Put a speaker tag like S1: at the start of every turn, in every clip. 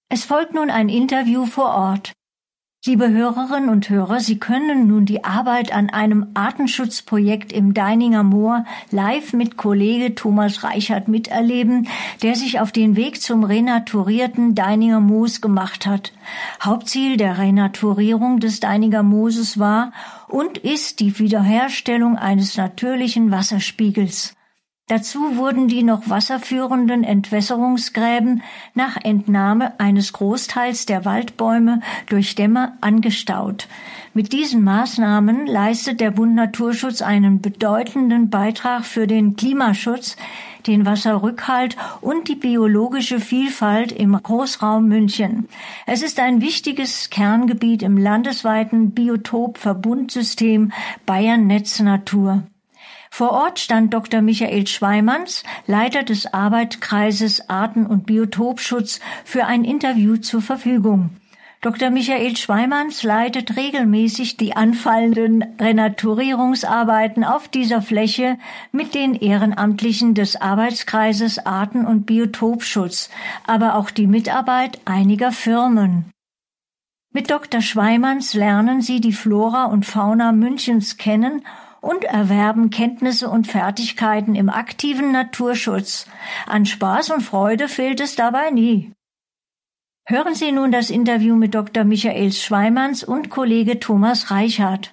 S1: Es folgt nun ein Interview vor Ort. Liebe Hörerinnen und Hörer, Sie können nun die Arbeit an einem Artenschutzprojekt im Deininger Moor live mit Kollege Thomas Reichert miterleben, der sich auf den Weg zum renaturierten Deininger Moos gemacht hat. Hauptziel der Renaturierung des Deininger Mooses war und ist die Wiederherstellung eines natürlichen Wasserspiegels. Dazu wurden die noch wasserführenden Entwässerungsgräben nach Entnahme eines Großteils der Waldbäume durch Dämme angestaut. Mit diesen Maßnahmen leistet der Bund Naturschutz einen bedeutenden Beitrag für den Klimaschutz, den Wasserrückhalt und die biologische Vielfalt im Großraum München. Es ist ein wichtiges Kerngebiet im landesweiten Biotopverbundsystem Bayern Netz Natur. Vor Ort stand Dr. Michael Schweimanns, Leiter des Arbeitskreises Arten- und Biotopschutz, für ein Interview zur Verfügung. Dr. Michael Schweimanns leitet regelmäßig die anfallenden Renaturierungsarbeiten auf dieser Fläche mit den Ehrenamtlichen des Arbeitskreises Arten- und Biotopschutz, aber auch die Mitarbeit einiger Firmen. Mit Dr. Schweimanns lernen Sie die Flora und Fauna Münchens kennen und erwerben Kenntnisse und Fertigkeiten im aktiven Naturschutz. An Spaß und Freude fehlt es dabei nie. Hören Sie nun das Interview mit Dr. Michael Schweimanns und Kollege Thomas Reichert.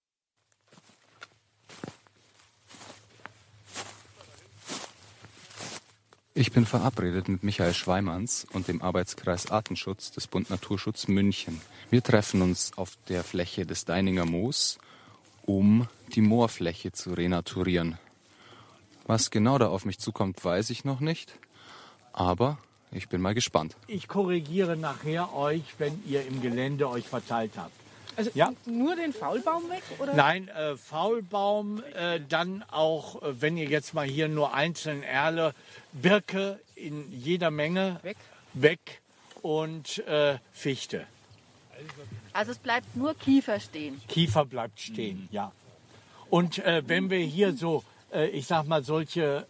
S2: Ich bin verabredet mit Michael Schweimanns und dem Arbeitskreis Artenschutz des Bund Naturschutz München. Wir treffen uns auf der Fläche des Deininger Moos, um die Moorfläche zu renaturieren. Was genau da auf mich zukommt, weiß ich noch nicht, aber ich bin mal gespannt.
S3: Ich korrigiere nachher euch, wenn ihr im Gelände euch verteilt habt.
S4: Also
S3: ja?
S4: Nur den Faulbaum weg? Oder?
S3: Nein, Faulbaum, dann auch, wenn ihr jetzt mal hier nur einzelne Erle, Birke in jeder Menge weg und Fichte.
S4: Also es bleibt nur Kiefer stehen.
S3: Kiefer bleibt stehen, ja. Und wenn wir hier so, ich sag mal, solche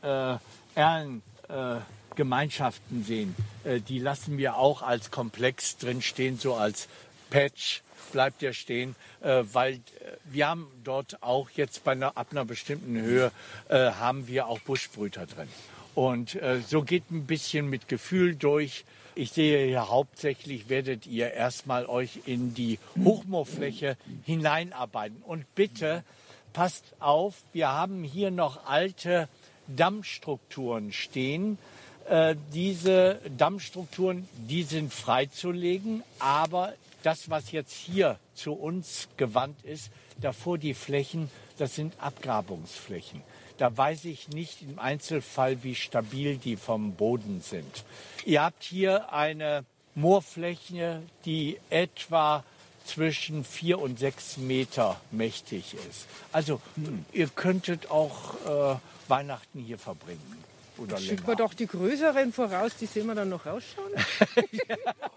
S3: Erlengemeinschaften sehen, die lassen wir auch als Komplex drin stehen, so als Patch bleibt der stehen, weil wir haben dort auch jetzt ab einer bestimmten Höhe haben wir auch Buschbrüter drin. Und so geht ein bisschen mit Gefühl durch. Ich sehe hier hauptsächlich, werdet ihr erstmal euch in die Hochmoorfläche hineinarbeiten. Und bitte passt auf, wir haben hier noch alte Dammstrukturen stehen. Diese Dammstrukturen, die sind freizulegen, aber das, was jetzt hier zu uns gewandt ist, davor die Flächen, das sind Abgrabungsflächen. Da weiß ich nicht im Einzelfall, wie stabil die vom Boden sind. Ihr habt hier eine Moorfläche, die etwa zwischen 4 und 6 Meter mächtig ist. Also ihr könntet auch Weihnachten hier verbringen. Oder
S4: schicken wir doch die größeren voraus, die sehen wir dann noch rausschauen.
S3: Ja.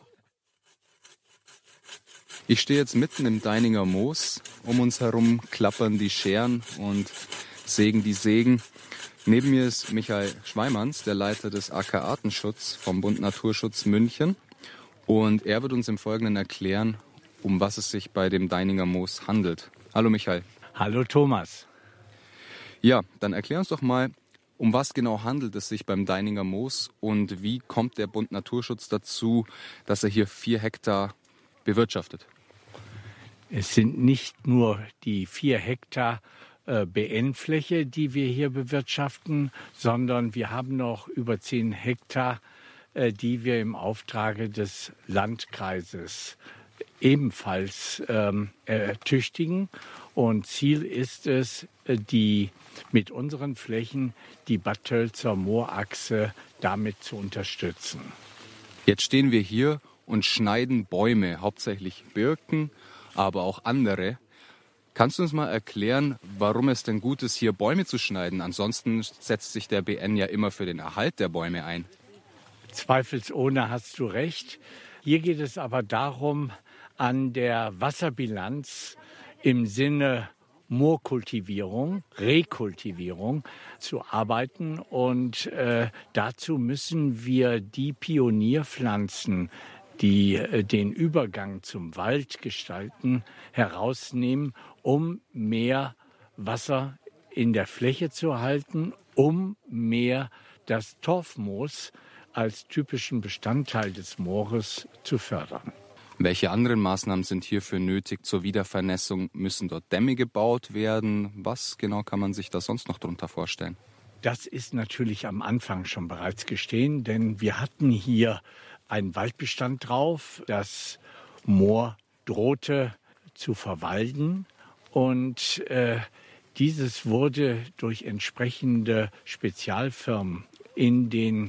S2: Ich stehe jetzt mitten im Deininger Moos. Um uns herum klappern die Scheren und sägen die Sägen. Neben mir ist Michael Schweimanns, der Leiter des AK Artenschutz vom Bund Naturschutz München. Und er wird uns im Folgenden erklären, um was es sich bei dem Deininger Moos handelt. Hallo Michael.
S3: Hallo Thomas.
S2: Ja, dann erklär uns doch mal, um was genau handelt es sich beim Deininger Moos und wie kommt der Bund Naturschutz dazu, dass er hier 4 Hektar bewirtschaftet?
S3: Es sind nicht nur die 4 Hektar BN-Fläche, die wir hier bewirtschaften, sondern wir haben noch über 10 Hektar, die wir im Auftrage des Landkreises ebenfalls ertüchtigen. Und Ziel ist es, mit unseren Flächen die Bad Tölzer Moorachse damit zu unterstützen.
S2: Jetzt stehen wir hier und schneiden Bäume, hauptsächlich Birken, aber auch andere. Kannst du uns mal erklären, warum es denn gut ist, hier Bäume zu schneiden? Ansonsten setzt sich der BN ja immer für den Erhalt der Bäume ein.
S3: Zweifelsohne hast du recht. Hier geht es aber darum, an der Wasserbilanz im Sinne Moorkultivierung, Rekultivierung zu arbeiten. Und dazu müssen wir die Pionierpflanzen die den Übergang zum Wald gestalten, herausnehmen, um mehr Wasser in der Fläche zu halten, um mehr das Torfmoos als typischen Bestandteil des Moores zu fördern.
S2: Welche anderen Maßnahmen sind hierfür nötig zur Wiedervernässung? Müssen dort Dämme gebaut werden? Was genau kann man sich da sonst noch darunter vorstellen?
S3: Das ist natürlich am Anfang schon bereits geschehen, denn wir hatten hier einen Waldbestand drauf. Das Moor drohte zu verwalden und dieses wurde durch entsprechende Spezialfirmen in den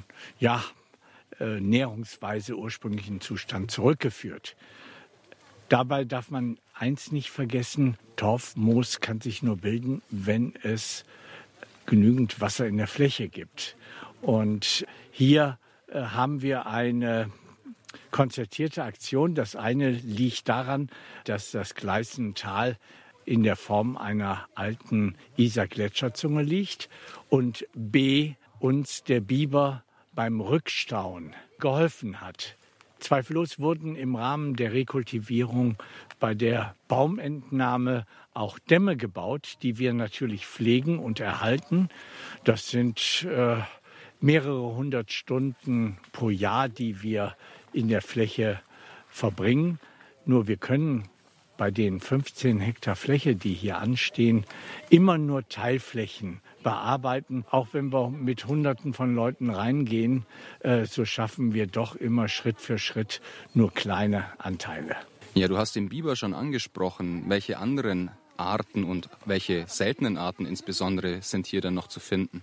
S3: näherungsweise ursprünglichen Zustand zurückgeführt. Dabei darf man eins nicht vergessen: Torfmoos kann sich nur bilden, wenn es genügend Wasser in der Fläche gibt. Und hier haben wir eine konzertierte Aktion. Das eine liegt daran, dass das Gleißental in der Form einer alten Isar-Gletscherzunge liegt und B, uns der Biber beim Rückstauen geholfen hat. Zweifellos wurden im Rahmen der Rekultivierung bei der Baumentnahme auch Dämme gebaut, die wir natürlich pflegen und erhalten. Das sind mehrere hundert Stunden pro Jahr, die wir in der Fläche verbringen. Nur wir können bei den 15 Hektar Fläche, die hier anstehen, immer nur Teilflächen bearbeiten. Auch wenn wir mit Hunderten von Leuten reingehen, so schaffen wir doch immer Schritt für Schritt nur kleine Anteile.
S2: Ja, du hast den Biber schon angesprochen. Welche anderen Arten und welche seltenen Arten insbesondere sind hier dann noch zu finden?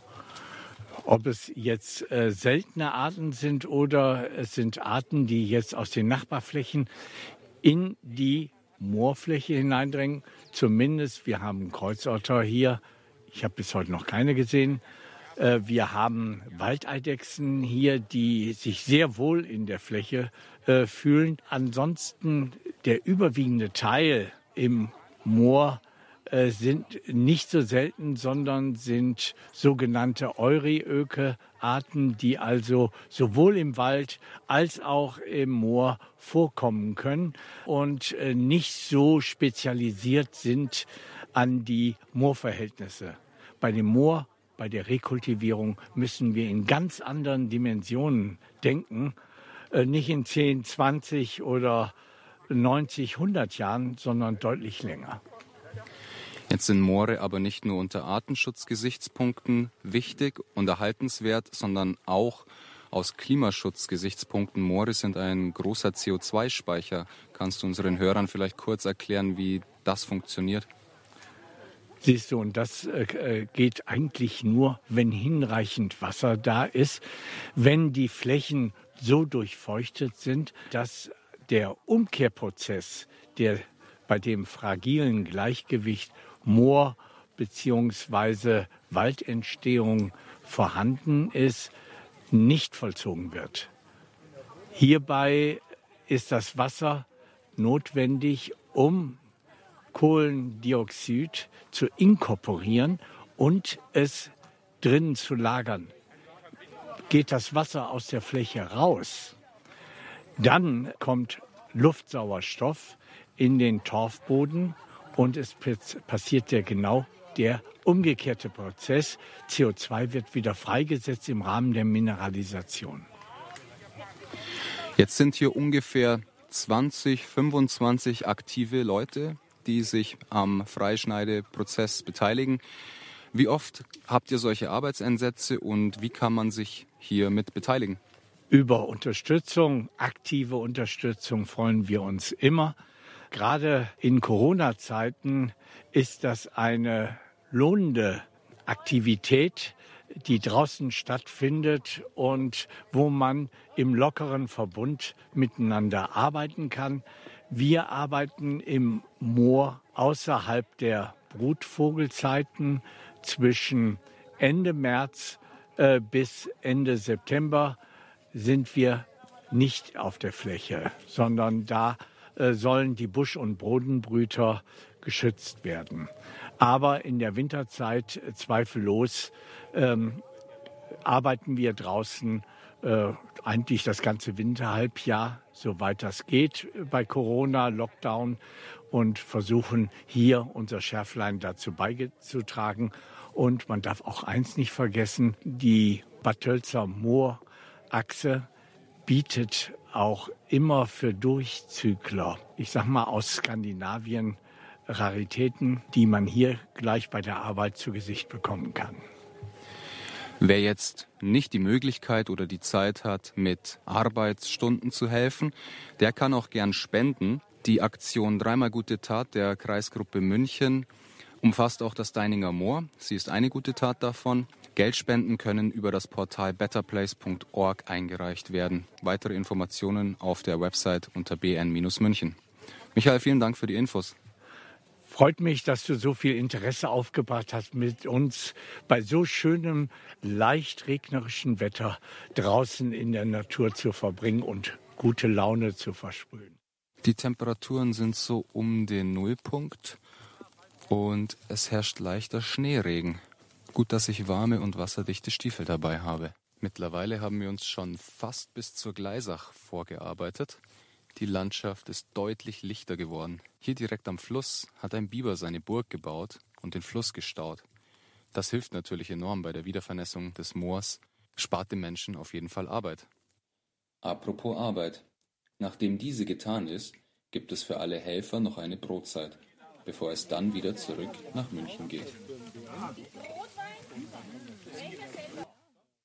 S3: Ob es jetzt seltene Arten sind oder es sind Arten, die jetzt aus den Nachbarflächen in die Moorfläche hineindrängen. Zumindest, wir haben Kreuzotter hier. Ich habe bis heute noch keine gesehen. Wir haben Waldeidechsen hier, die sich sehr wohl in der Fläche fühlen. Ansonsten der überwiegende Teil im Moor sind nicht so selten, sondern sind sogenannte Euryöke-Arten, die also sowohl im Wald als auch im Moor vorkommen können und nicht so spezialisiert sind an die Moorverhältnisse. Bei dem Moor, bei der Rekultivierung müssen wir in ganz anderen Dimensionen denken, nicht in 10, 20 oder 90, 100 Jahren, sondern deutlich länger.
S2: Jetzt sind Moore aber nicht nur unter Artenschutzgesichtspunkten wichtig und erhaltenswert, sondern auch aus Klimaschutzgesichtspunkten. Moore sind ein großer CO2-Speicher. Kannst du unseren Hörern vielleicht kurz erklären, wie das funktioniert?
S3: Siehst du, und das geht eigentlich nur, wenn hinreichend Wasser da ist, wenn die Flächen so durchfeuchtet sind, dass der Umkehrprozess, der bei dem fragilen Gleichgewicht Moor bzw. Waldentstehung vorhanden ist, nicht vollzogen wird. Hierbei ist das Wasser notwendig, um Kohlendioxid zu inkorporieren und es drinnen zu lagern. Geht das Wasser aus der Fläche raus, dann kommt Luftsauerstoff in den Torfboden und es passiert genau der umgekehrte Prozess. CO2 wird wieder freigesetzt im Rahmen der Mineralisation.
S2: Jetzt sind hier ungefähr 20, 25 aktive Leute, die sich am Freischneideprozess beteiligen. Wie oft habt ihr solche Arbeitseinsätze und wie kann man sich hier mit beteiligen?
S3: Über Unterstützung, aktive Unterstützung freuen wir uns immer. Gerade in Corona-Zeiten ist das eine lohnende Aktivität, die draußen stattfindet und wo man im lockeren Verbund miteinander arbeiten kann. Wir arbeiten im Moor außerhalb der Brutvogelzeiten zwischen Ende März bis Ende September sind wir nicht auf der Fläche, sondern da sollen die Busch- und Bodenbrüter geschützt werden. Aber in der Winterzeit zweifellos arbeiten wir draußen eigentlich das ganze Winterhalbjahr, soweit das geht bei Corona, Lockdown, und versuchen hier unser Schärflein dazu beizutragen. Und man darf auch eins nicht vergessen, die Bad Tölzer Moorachse bietet auch immer für Durchzügler, ich sag mal aus Skandinavien, Raritäten, die man hier gleich bei der Arbeit zu Gesicht bekommen kann.
S2: Wer jetzt nicht die Möglichkeit oder die Zeit hat, mit Arbeitsstunden zu helfen, der kann auch gern spenden. Die Aktion Dreimal Gute Tat der Kreisgruppe München umfasst auch das Deininger Moor. Sie ist eine gute Tat davon. Geldspenden können über das Portal betterplace.org eingereicht werden. Weitere Informationen auf der Website unter bn-münchen. Michael, vielen Dank für die Infos.
S3: Freut mich, dass du so viel Interesse aufgebracht hast, mit uns bei so schönem, leicht regnerischen Wetter draußen in der Natur zu verbringen und gute Laune zu versprühen.
S2: Die Temperaturen sind so um den Nullpunkt und es herrscht leichter Schneeregen. Gut, dass ich warme und wasserdichte Stiefel dabei habe. Mittlerweile haben wir uns schon fast bis zur Gleisach vorgearbeitet. Die Landschaft ist deutlich lichter geworden. Hier direkt am Fluss hat ein Biber seine Burg gebaut und den Fluss gestaut. Das hilft natürlich enorm bei der Wiedervernässung des Moors, spart den Menschen auf jeden Fall Arbeit. Apropos Arbeit. Nachdem diese getan ist, gibt es für alle Helfer noch eine Brotzeit, bevor es dann wieder zurück nach München geht.